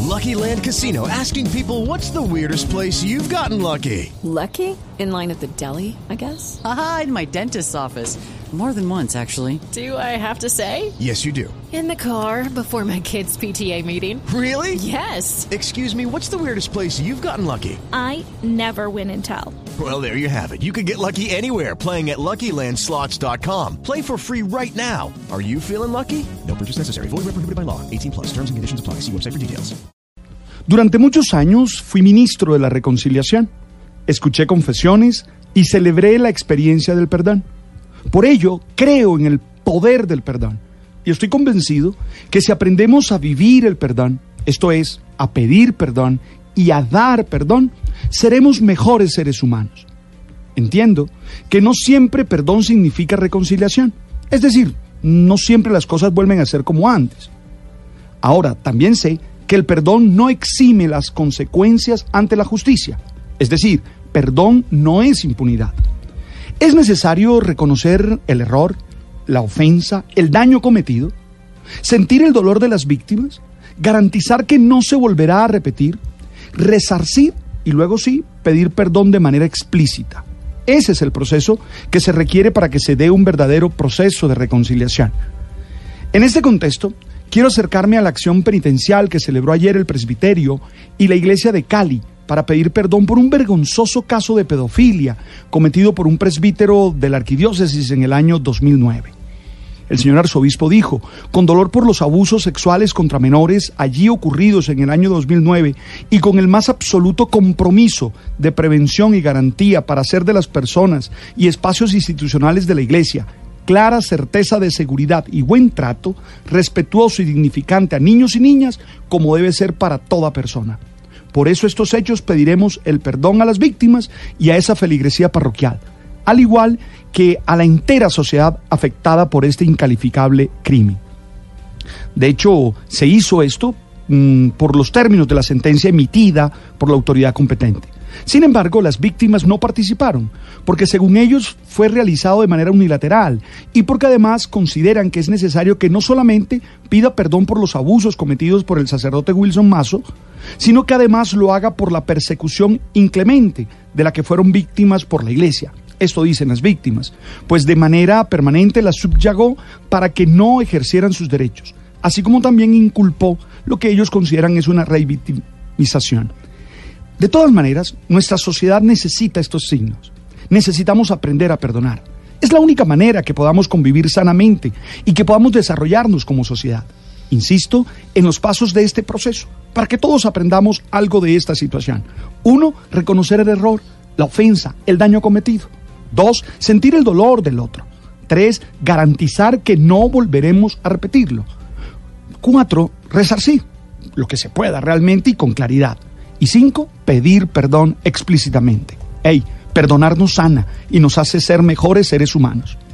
Lucky Land Casino, asking people, what's the weirdest place you've gotten lucky? Lucky? In line at the deli, I guess? Aha, in my dentist's office. More than once, actually. Do I have to say? Yes, you do. In the car before my kids' PTA meeting. Really? Yes. Excuse me, what's the weirdest place you've gotten lucky? I never win and tell. Well, there you have it. You can get lucky anywhere, playing at LuckyLandSlots.com. Play for free right now. Are you feeling lucky? No purchase necessary. Void where prohibited by law. 18+. Terms and conditions apply. See website for details. Durante muchos años fui ministro de la reconciliación. Escuché confesiones y celebré la experiencia del perdón. Por ello, creo en el poder del perdón. Y estoy convencido que si aprendemos a vivir el perdón, esto es, a pedir perdón y a dar perdón, seremos mejores seres humanos. Entiendo que no siempre perdón significa reconciliación. Es decir, no siempre las cosas vuelven a ser como antes. Ahora, también sé que el perdón no exime las consecuencias ante la justicia. Es decir, perdón no es impunidad. Es necesario reconocer el error, la ofensa, el daño cometido, sentir el dolor de las víctimas, garantizar que no se volverá a repetir, resarcir y luego sí, pedir perdón de manera explícita. Ese es el proceso que se requiere para que se dé un verdadero proceso de reconciliación. En este contexto, quiero acercarme a la acción penitencial que celebró ayer el presbiterio y la iglesia de Cali para pedir perdón por un vergonzoso caso de pedofilia cometido por un presbítero de la arquidiócesis en el año 2009. El señor arzobispo dijo, con dolor por los abusos sexuales contra menores allí ocurridos en el año 2009 y con el más absoluto compromiso de prevención y garantía para hacer de las personas y espacios institucionales de la iglesia clara certeza de seguridad y buen trato, respetuoso y dignificante a niños y niñas, como debe ser para toda persona. Por eso estos hechos pediremos el perdón a las víctimas y a esa feligresía parroquial, al igual que a la entera sociedad afectada por este incalificable crimen. De hecho, se hizo esto por los términos de la sentencia emitida por la autoridad competente. Sin embargo, las víctimas no participaron, porque según ellos fue realizado de manera unilateral y porque además consideran que es necesario que no solamente pida perdón por los abusos cometidos por el sacerdote Wilson Mazo, sino que además lo haga por la persecución inclemente de la que fueron víctimas por la iglesia. Esto dicen las víctimas, pues de manera permanente las subyugó para que no ejercieran sus derechos, así como también inculpó lo que ellos consideran es una revictimización. De todas maneras, nuestra sociedad necesita estos signos. Necesitamos aprender a perdonar. Es la única manera que podamos convivir sanamente y que podamos desarrollarnos como sociedad. Insisto en los pasos de este proceso, para que todos aprendamos algo de esta situación. 1, reconocer el error, la ofensa, el daño cometido. 2, sentir el dolor del otro. 3, garantizar que no volveremos a repetirlo. 4, resarcir lo que se pueda realmente y con claridad. Y 5, pedir perdón explícitamente. Perdonar nos sana y nos hace ser mejores seres humanos.